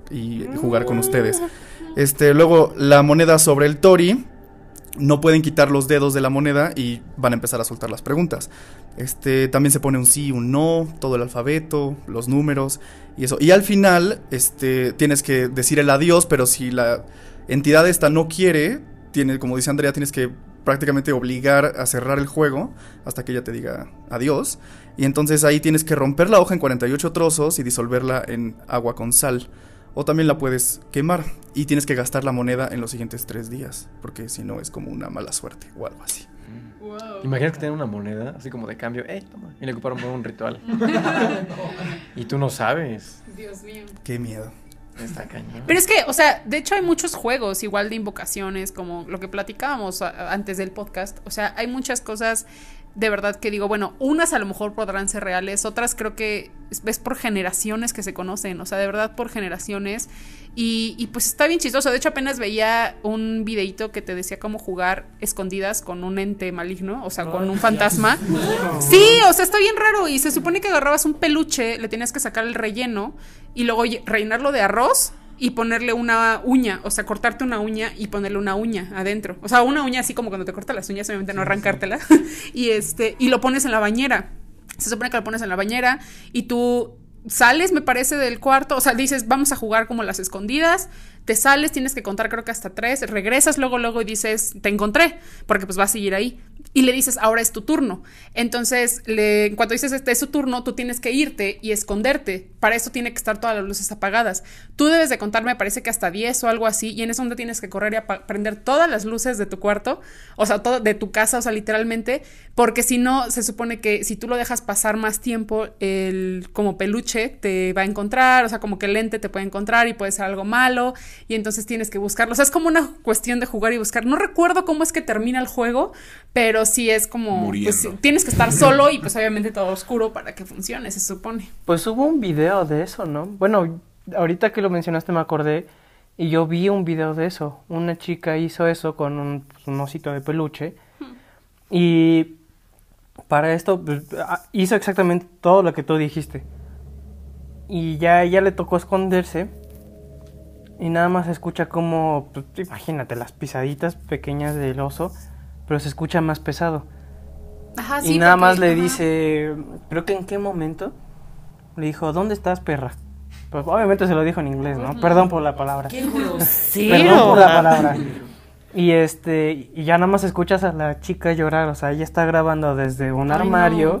y jugar con ustedes. Este, luego la moneda sobre el tori. No pueden quitar los dedos de la moneda y van a empezar a soltar las preguntas. Este, también se pone un sí, un no, todo el alfabeto, los números y eso. Y al final, este, tienes que decir el adiós, pero si la entidad esta no quiere, tiene, como dice Andrea, tienes que prácticamente obligar a cerrar el juego hasta que ella te diga adiós. Y entonces ahí tienes que romper la hoja en cuarenta y ocho trozos y disolverla en agua con sal. O también la puedes quemar y tienes que gastar la moneda en los siguientes tres días, porque si no es como una mala suerte o algo así. Wow. Imagínate que tienen una moneda, así como de cambio, ¡eh, toma! Y le ocuparon por un ritual. Y tú no sabes. Dios mío. Qué miedo. Está cañón. Pero es que, o sea, de hecho hay muchos juegos igual de invocaciones, como lo que platicábamos a- antes del podcast. O sea, hay muchas cosas de verdad que digo, bueno, unas a lo mejor podrán ser reales, otras creo que es, es por generaciones que se conocen, o sea, de verdad por generaciones. Y, y pues está bien chistoso. De hecho, apenas veía un videito que te decía cómo jugar escondidas con un ente maligno, o sea, con un fantasma. Sí, o sea, está bien raro. Y se supone que agarrabas un peluche, le tenías que sacar el relleno y luego lle- rellenarlo de arroz y ponerle una uña, o sea, cortarte una uña y ponerle una uña adentro. O sea, una uña así como cuando te cortas las uñas, obviamente no arrancártela. y este, y lo pones en la bañera. Se supone que lo pones en la bañera y tú sales, me parece, del cuarto, o sea, dices, vamos a jugar como las escondidas, te sales, tienes que contar creo que hasta tres, regresas luego, luego y dices, te encontré, porque pues vas a seguir ahí. Y le dices, ahora es tu turno. Entonces, le, cuando dices, este es tu turno, tú tienes que irte y esconderte. Para eso tiene que estar todas las luces apagadas. Tú debes de contar, me parece que hasta diez o algo así, y en eso donde tienes que correr y apa- prender todas las luces de tu cuarto, o sea, todo, de tu casa, o sea, literalmente, porque si no, se supone que si tú lo dejas pasar más tiempo, el como peluche te va a encontrar, o sea, como que el ente te puede encontrar y puede ser algo malo, y entonces tienes que buscarlo. O sea, es como una cuestión de jugar y buscar. No recuerdo cómo es que termina el juego, pero sí es como, Muriendo. pues tienes que estar solo y pues obviamente todo oscuro para que funcione, se supone. Pues hubo un video de eso, ¿no? Bueno, ahorita que lo mencionaste me acordé y yo vi un video de eso. Una chica hizo eso con un, pues, un osito de peluche y para esto pues, ah, hizo exactamente todo lo que tú dijiste. Y ya ella le tocó esconderse y nada más se escucha como, pues, imagínate, las pisaditas pequeñas del oso, pero se escucha más pesado. Ajá, Y nada más le ajá. dice, creo que en qué momento, le dijo, ¿dónde estás, perra? Pues obviamente se lo dijo en inglés, ¿no? Perdón por la palabra. ¡Qué Perdón grosero! por la palabra. Y este, y ya nada más escuchas a la chica llorar, o sea, ella está grabando desde un Ay, armario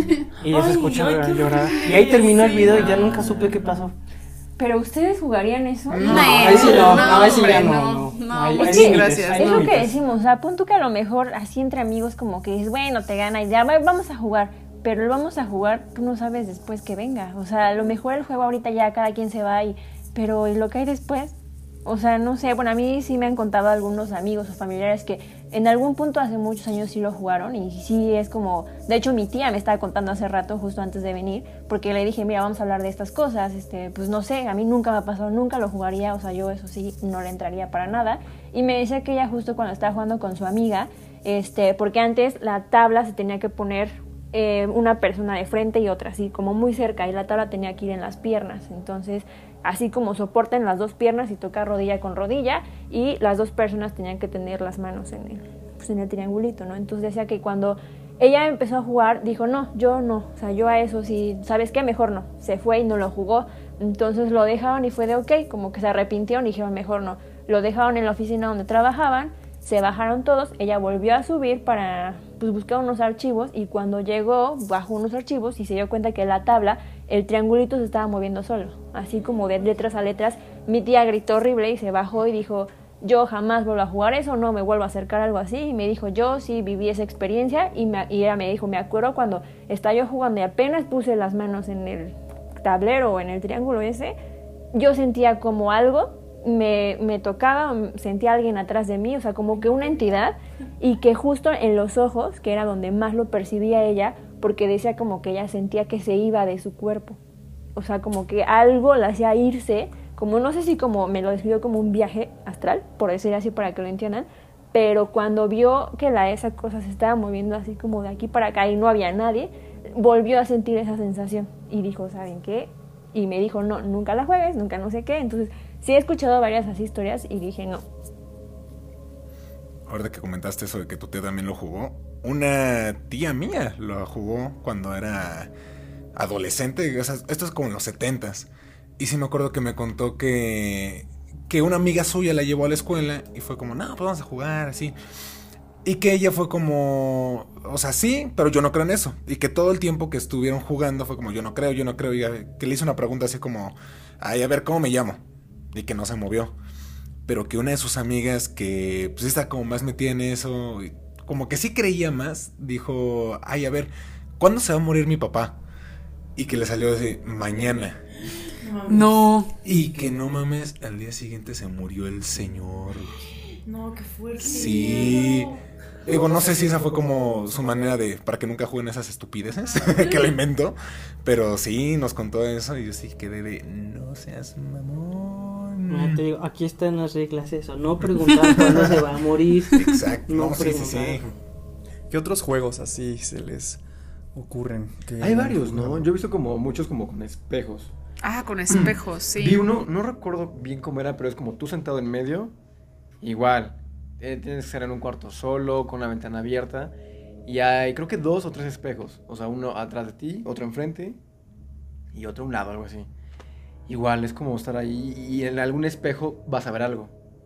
y ya se Ay, escucha ay, qué llorar. horrible. Y ahí terminó el video y ya Sí, nunca no. supe qué pasó. ¿Pero ustedes jugarían eso? No, ahí sí no, no, ahí sí ya hombre, no, no, no. no, Hay- muchas hay límites, gracias. hay Es lo que límites. decimos, o sea, pon tú que a lo mejor así entre amigos como que dices, bueno, te gana y ya va- vamos a jugar, pero el vamos a jugar, tú no sabes después que venga, o sea, a lo mejor el juego ahorita ya cada quien se va y, pero ¿y lo que hay después? O sea, no sé, bueno, a mí sí me han contado algunos amigos o familiares que en algún punto hace muchos años sí lo jugaron y sí es como, de hecho mi tía me estaba contando hace rato justo antes de venir, porque le dije, mira, vamos a hablar de estas cosas, este, pues no sé, a mí nunca me ha pasado, nunca lo jugaría, o sea, yo eso sí no le entraría para nada, y me decía que ella justo cuando estaba jugando con su amiga, este, porque antes la tabla se tenía que poner eh, una persona de frente y otra así, como muy cerca, y la tabla tenía que ir en las piernas, entonces así como soporta en las dos piernas y toca rodilla con rodilla, y las dos personas tenían que tener las manos en el, pues en el triangulito, ¿no? Entonces decía que cuando ella empezó a jugar, dijo, no, yo no, o sea, yo a eso sí, ¿sabes qué? Mejor no, se fue y no lo jugó, entonces lo dejaron y fue de ok, como que se arrepintieron y dijeron, mejor no, lo dejaron en la oficina donde trabajaban, se bajaron todos, ella volvió a subir para pues, buscar unos archivos y cuando llegó bajó unos archivos y se dio cuenta que la tabla, el triangulito se estaba moviendo solo, así como de letras a letras. Mi tía gritó horrible y se bajó y dijo, yo jamás vuelvo a jugar eso, no me vuelvo a acercar a algo así. Y me dijo, yo sí viví esa experiencia y, me, y ella me dijo, me acuerdo cuando estaba yo jugando y apenas puse las manos en el tablero o en el triángulo ese, yo sentía como algo Me, me tocaba, sentía a alguien atrás de mí, o sea, como que una entidad, y que justo en los ojos, que era donde más lo percibía ella, porque decía como que ella sentía que se iba de su cuerpo, o sea, como que algo la hacía irse, como no sé si como me lo describió como un viaje astral, por decir así para que lo entiendan, pero cuando vio que la esa cosa se estaba moviendo así como de aquí para acá y no había nadie, volvió a sentir esa sensación y dijo, ¿saben qué? Y me dijo, no, nunca la juegues, nunca no sé qué, entonces sí he escuchado varias así historias y dije no. Ahorita que comentaste eso de que tu tía también lo jugó, una tía mía lo jugó cuando era adolescente, o sea, esto es como en los setentas, y sí me acuerdo que me contó que, que una amiga suya la llevó a la escuela y fue como, no, pues vamos a jugar así. Y que ella fue como, o sea, sí, pero yo no creo en eso. Y que todo el tiempo que estuvieron jugando fue como, yo no creo, yo no creo. Y que le hizo una pregunta así como, ay, a ver, ¿cómo me llamo? Y que no se movió. Pero que una de sus amigas que pues está como más metida en eso, y como que sí creía más, dijo, ay, a ver, ¿cuándo se va a morir mi papá? Y que le salió así, mañana. No. Y que no mames, al día siguiente se murió el señor. No, qué fuerte. Sí. Digo, no sé si esa fue como su manera de, para que nunca jueguen esas estupideces que la inventó. Pero sí, nos contó eso y yo sí quedé de, no seas mamón. No, te digo, aquí están las reglas eso, no preguntar cuándo se va a morir. Exacto, No no, sí, sí, preguntar. sí. ¿Qué otros juegos así se les ocurren? Que Hay varios, ¿no? Yo he visto como muchos como con espejos. Ah, con espejos, sí. Vi uno, no recuerdo bien cómo era, pero es como tú sentado en medio, igual, eh, tienes que ser en un cuarto solo, con la ventana abierta, y hay creo que dos o tres espejos, o sea, uno atrás de ti, otro enfrente, y otro a un lado, algo así. Igual, es como estar ahí, y en algún espejo vas a ver algo.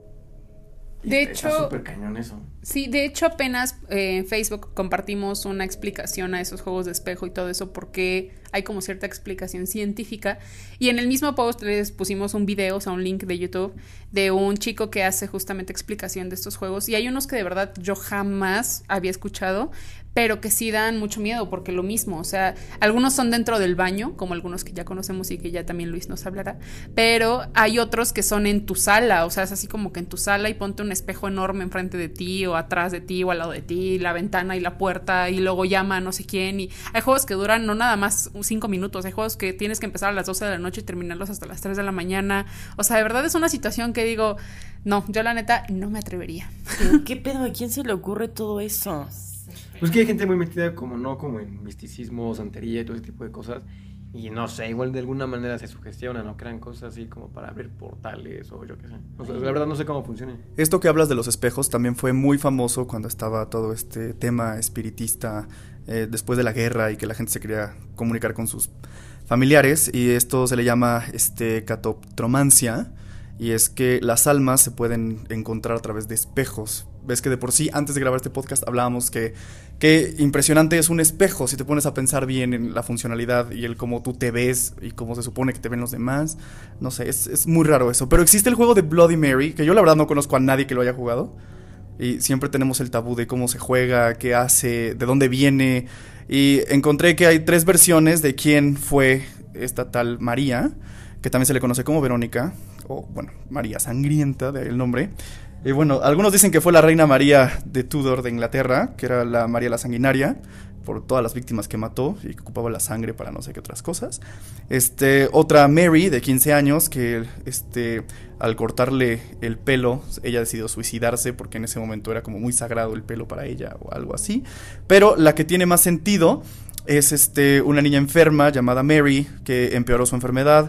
Y De está hecho- súper cañón eso. Sí, de hecho apenas eh, en Facebook compartimos una explicación a esos juegos de espejo y todo eso porque hay como cierta explicación científica y en el mismo post les pusimos un video, o sea, un link de YouTube de un chico que hace justamente explicación de estos juegos y hay unos que de verdad yo jamás había escuchado, pero que sí dan mucho miedo porque lo mismo, o sea, algunos son dentro del baño, como algunos que ya conocemos y que ya también Luis nos hablará, pero hay otros que son en tu sala, o sea, es así como que en tu sala y ponte un espejo enorme enfrente de ti o atrás de ti o al lado de ti, la ventana y la puerta y luego llama a no sé quién y hay juegos que duran no nada más cinco minutos, hay juegos que tienes que empezar a las doce de la noche y terminarlos hasta las tres de la mañana, o sea, de verdad es una situación que digo, no, yo la neta no me atrevería. ¿Qué, qué pedo? ¿A quién se le ocurre todo eso? Pues que hay gente muy metida como no, como en misticismo, santería y todo ese tipo de cosas. Y no sé, igual de alguna manera se sugestionan o crean cosas así como para abrir portales o yo qué sé. O sea, la verdad no sé cómo funciona. Esto que hablas de los espejos también fue muy famoso cuando estaba todo este tema espiritista eh, después de la guerra y que la gente se quería comunicar con sus familiares y esto se le llama este catoptromancia y es que las almas se pueden encontrar a través de espejos. Ves que de por sí, antes de grabar este podcast, hablábamos que qué impresionante es un espejo si te pones a pensar bien en la funcionalidad y el cómo tú te ves y cómo se supone que te ven los demás. No sé, es, es muy raro eso. Pero existe el juego de Bloody Mary, que yo la verdad no conozco a nadie que lo haya jugado. Y siempre tenemos el tabú de cómo se juega, qué hace, de dónde viene. Y encontré que hay tres versiones de quién fue esta tal María, que también se le conoce como Verónica, o bueno, María Sangrienta, de ahí el nombre. Y bueno, algunos dicen que fue la reina María de Tudor de Inglaterra, que era la María la Sanguinaria, por todas las víctimas que mató y que ocupaba la sangre para no sé qué otras cosas. Este, otra Mary de quince años que este, al cortarle el pelo, ella decidió suicidarse porque en ese momento era como muy sagrado el pelo para ella o algo así. Pero la que tiene más sentido es este, una niña enferma llamada Mary que empeoró su enfermedad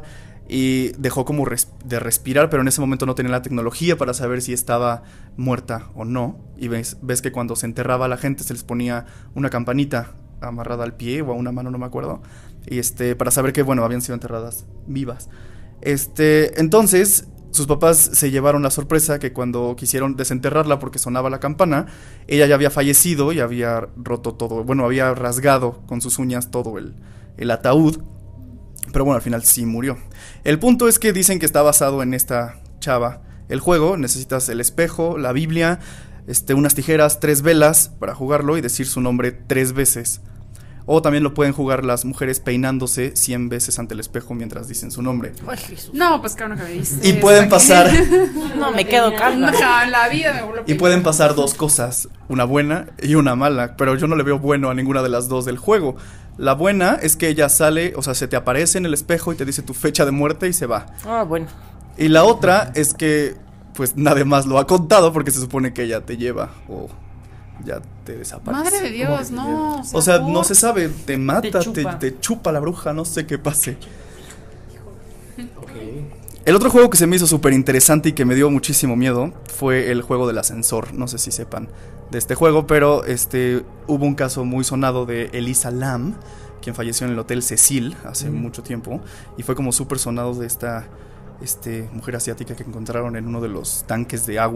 y dejó como res- de respirar, pero en ese momento no tenía la tecnología para saber si estaba muerta o no. Y ves, ves que cuando se enterraba a la gente se les ponía una campanita amarrada al pie o a una mano, no me acuerdo, y este, para saber que, bueno, habían sido enterradas vivas. Este, entonces, sus papás se llevaron la sorpresa que cuando quisieron desenterrarla porque sonaba la campana, ella ya había fallecido y había roto todo, bueno, había rasgado con sus uñas todo el, el ataúd. Pero bueno, al final sí murió. El punto es que dicen que está basado en esta chava. El juego, necesitas el espejo, la Biblia, este, unas tijeras, tres velas para jugarlo y decir su nombre tres veces. O también lo pueden jugar las mujeres peinándose cien veces ante el espejo mientras dicen su nombre. Ay, Jesús. No, pues claro que me dices. Y pueden pasar No, me quedo No, calma. en la vida me vuelvo y pueden pasar dos cosas, una buena y una mala, pero yo no le veo bueno a ninguna de las dos del juego. La buena es que ella sale, o sea, se te aparece en el espejo y te dice tu fecha de muerte y se va. Ah, bueno. Y la otra es que, pues, nadie más lo ha contado porque se supone que ella te lleva o ya te desaparece. Madre de Dios, no. O sea, ¿por? no se sabe, te mata, Te te chupa. te chupa la bruja, no sé qué pase. El otro juego que se me hizo súper interesante y que me dio muchísimo miedo fue el juego del ascensor. No sé si sepan de este juego, pero este hubo un caso muy sonado de Elisa Lam, quien falleció en el Hotel Cecil hace mm. mucho tiempo. Y fue como súper sonado de esta este, mujer asiática que encontraron en uno de los tanques de agua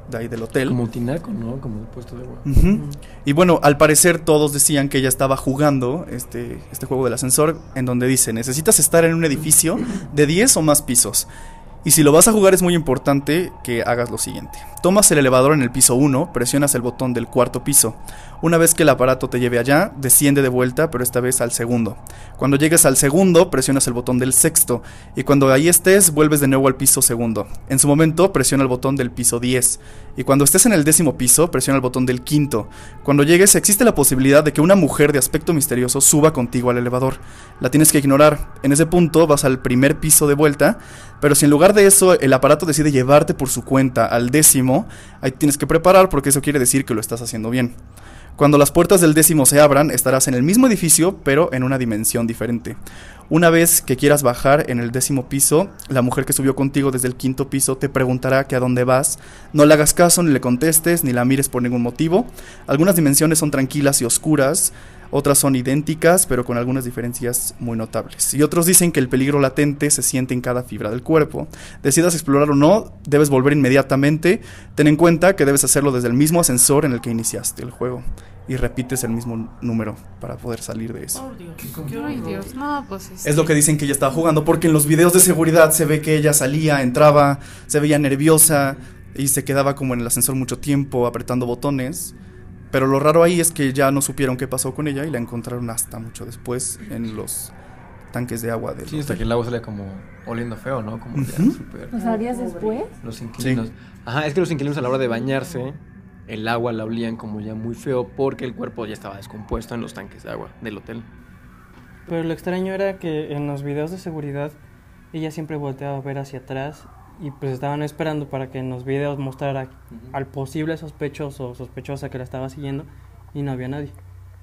de ahí del hotel. Como un tinaco, ¿no? Como un puesto de agua. Uh-huh. Y bueno, al parecer todos decían que ella estaba jugando este, este juego del ascensor, en donde dice, necesitas estar en un edificio de diez o más pisos. Y si lo vas a jugar es muy importante que hagas lo siguiente. Tomas el elevador en el piso uno, presionas el botón del cuarto piso. Una vez que el aparato te lleve allá, desciende de vuelta, pero esta vez al segundo. Cuando llegues al segundo, presionas el botón del sexto. Y cuando ahí estés, vuelves de nuevo al piso segundo. En su momento, presiona el botón del piso diez. Y cuando estés en el décimo piso, presiona el botón del quinto. Cuando llegues, existe la posibilidad de que una mujer de aspecto misterioso suba contigo al elevador. La tienes que ignorar. En ese punto, vas al primer piso de vuelta. Pero si en lugar de eso, el aparato decide llevarte por su cuenta al décimo, ahí tienes que preparar porque eso quiere decir que lo estás haciendo bien. Cuando las puertas del décimo se abran, estarás en el mismo edificio, pero en una dimensión diferente. Una vez que quieras bajar en el décimo piso, la mujer que subió contigo desde el quinto piso te preguntará que a dónde vas. No le hagas caso, ni le contestes, ni la mires por ningún motivo. Algunas dimensiones son tranquilas y oscuras, otras son idénticas, pero con algunas diferencias muy notables. Y otros dicen que el peligro latente se siente en cada fibra del cuerpo. Decidas explorar o no, debes volver inmediatamente. Ten en cuenta que debes hacerlo desde el mismo ascensor en el que iniciaste el juego. Y repites el mismo número para poder salir de eso. Oh, Dios. Ay, Dios, no, pues es... Es lo que dicen que ella estaba jugando, porque en los videos de seguridad se ve que ella salía, entraba, se veía nerviosa y se quedaba como en el ascensor mucho tiempo apretando botones. Pero lo raro ahí es que ya no supieron qué pasó con ella y la encontraron hasta mucho después en los tanques de agua del Sí, hasta hotel. que el agua salía como oliendo feo, ¿no? Como ya Ujú. súper... ¿Los sabrías después? Los inquilinos. Sí. Ajá, es que los inquilinos a la hora de bañarse, el agua la olían como ya muy feo porque el cuerpo ya estaba descompuesto en los tanques de agua del hotel. Pero lo extraño era que en los videos de seguridad ella siempre volteaba a ver hacia atrás y pues estaban esperando para que en los videos mostrara al posible sospechoso o sospechosa que la estaba siguiendo y no había nadie.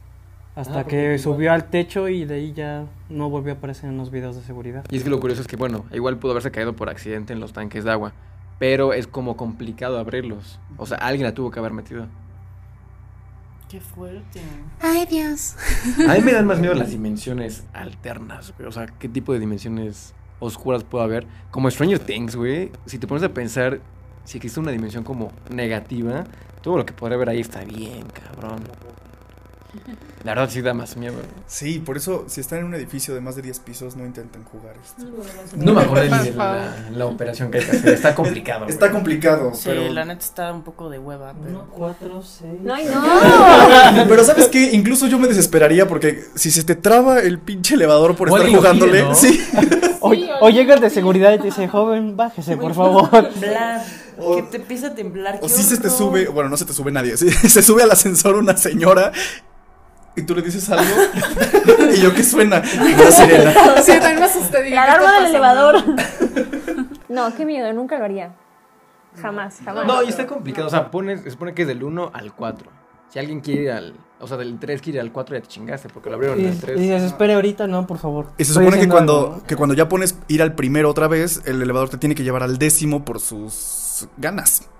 Hasta Ah, que porque subió al techo y de ahí ya no volvió a aparecer en los videos de seguridad. Y es que lo curioso es que, bueno, igual pudo haberse caído por accidente en los tanques de agua, pero es como complicado abrirlos. O sea, alguien la tuvo que haber metido. Qué fuerte. Ay, Dios. A mí me dan más miedo las dimensiones alternas, güey. O sea, ¿qué tipo de dimensiones oscuras puede haber? Como Stranger Things, güey. Si te pones a pensar, si existe una dimensión como negativa, todo lo que podría haber ahí está bien, cabrón. La verdad sí da más miedo, güey. Sí, por eso si están en un edificio de más de diez pisos no intenten jugar esto. No me acuerdo ni de la, la operación que hay que hacer. Está complicado. Está güey. complicado, Sí, pero... la neta está un poco de hueva, pero... cuatro, seis... No, ay, no. Pero ¿sabes qué? Incluso yo me desesperaría porque si se te traba el pinche elevador por O estar alguien lo jugándole... pide, ¿no? Sí. O, o llega el de seguridad y te dice, joven, bájese, por favor. Temblar, O- que te empieza a temblar. O qué si se te horror. sube... Bueno, no se te sube nadie. sí, Se sube al ascensor una señora... Y tú le dices algo y yo, ¿qué suena? Una sirena. Sí, también me asusté. dije, La ¿qué alarma está del pasando? elevador. No, qué miedo, nunca lo haría. Jamás, jamás. No, y está complicado. O sea, pones, se supone que es del uno al cuatro. Si alguien quiere ir al... O sea, del tres quiere ir al cuatro ya te chingaste porque lo abrieron Y, en el y tres. dices, espere ahorita, no, por favor. Y se Estoy supone que haciendo cuando, algo, ¿no? que cuando ya pones ir al primero otra vez, el elevador te tiene que llevar al décimo por sus ganas.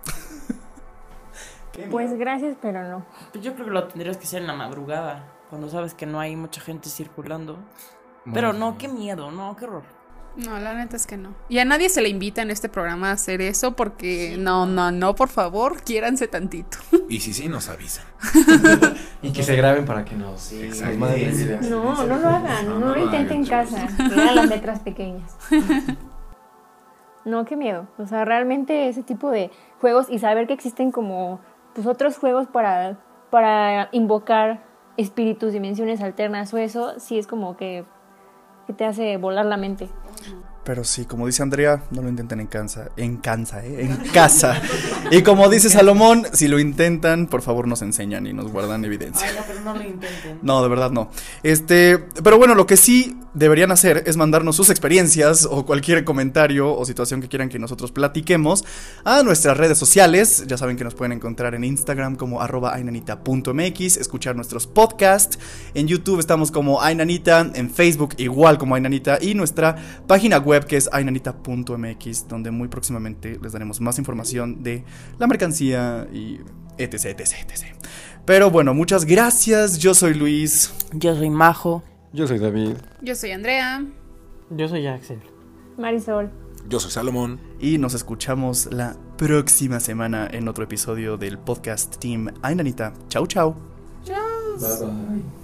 Pues gracias, pero no. Pues yo creo que lo tendrías que hacer en la madrugada, cuando sabes que no hay mucha gente circulando. Pero no, qué miedo, no, qué horror. No, la neta es que no. Y a nadie se le invita en este programa a hacer eso porque no, no, no, por favor, quiéranse tantito. Y si sí, nos avisan. Y que se graben para que nos, Exacto. nos manden videos. No, no lo hagan, no, No, no lo lo intenten en hagan, casa. Vean las letras pequeñas. No, qué miedo. O sea, realmente ese tipo de juegos y saber que existen como pues otros juegos para, para invocar espíritus, dimensiones alternas o eso, sí es como que, que te hace volar la mente. Pero sí, como dice Andrea, no lo intenten en casa, en casa, ¿eh? En casa. Y como dice Salomón, si lo intentan, por favor nos enseñan y nos guardan evidencia. Ay, no, pero no lo intenten. No, de verdad no. Este, pero bueno, lo que sí deberían hacer es mandarnos sus experiencias o cualquier comentario o situación que quieran que nosotros platiquemos a nuestras redes sociales. Ya saben que nos pueden encontrar en Instagram como arroba ainanita punto mx, escuchar nuestros podcasts. En YouTube estamos como Ainanita, en Facebook igual como Ainanita y nuestra página web que es ainanita punto mx, donde muy próximamente les daremos más información de la mercancía y etc, etc, etcétera. Pero bueno, muchas gracias. Yo soy Luis. Yo soy Majo. Yo soy David. Yo soy Andrea. Yo soy Axel. Marisol. Yo soy Salomón. Y nos escuchamos la próxima semana en otro episodio del podcast Team Ainanita. Chau, chau. Bye bye.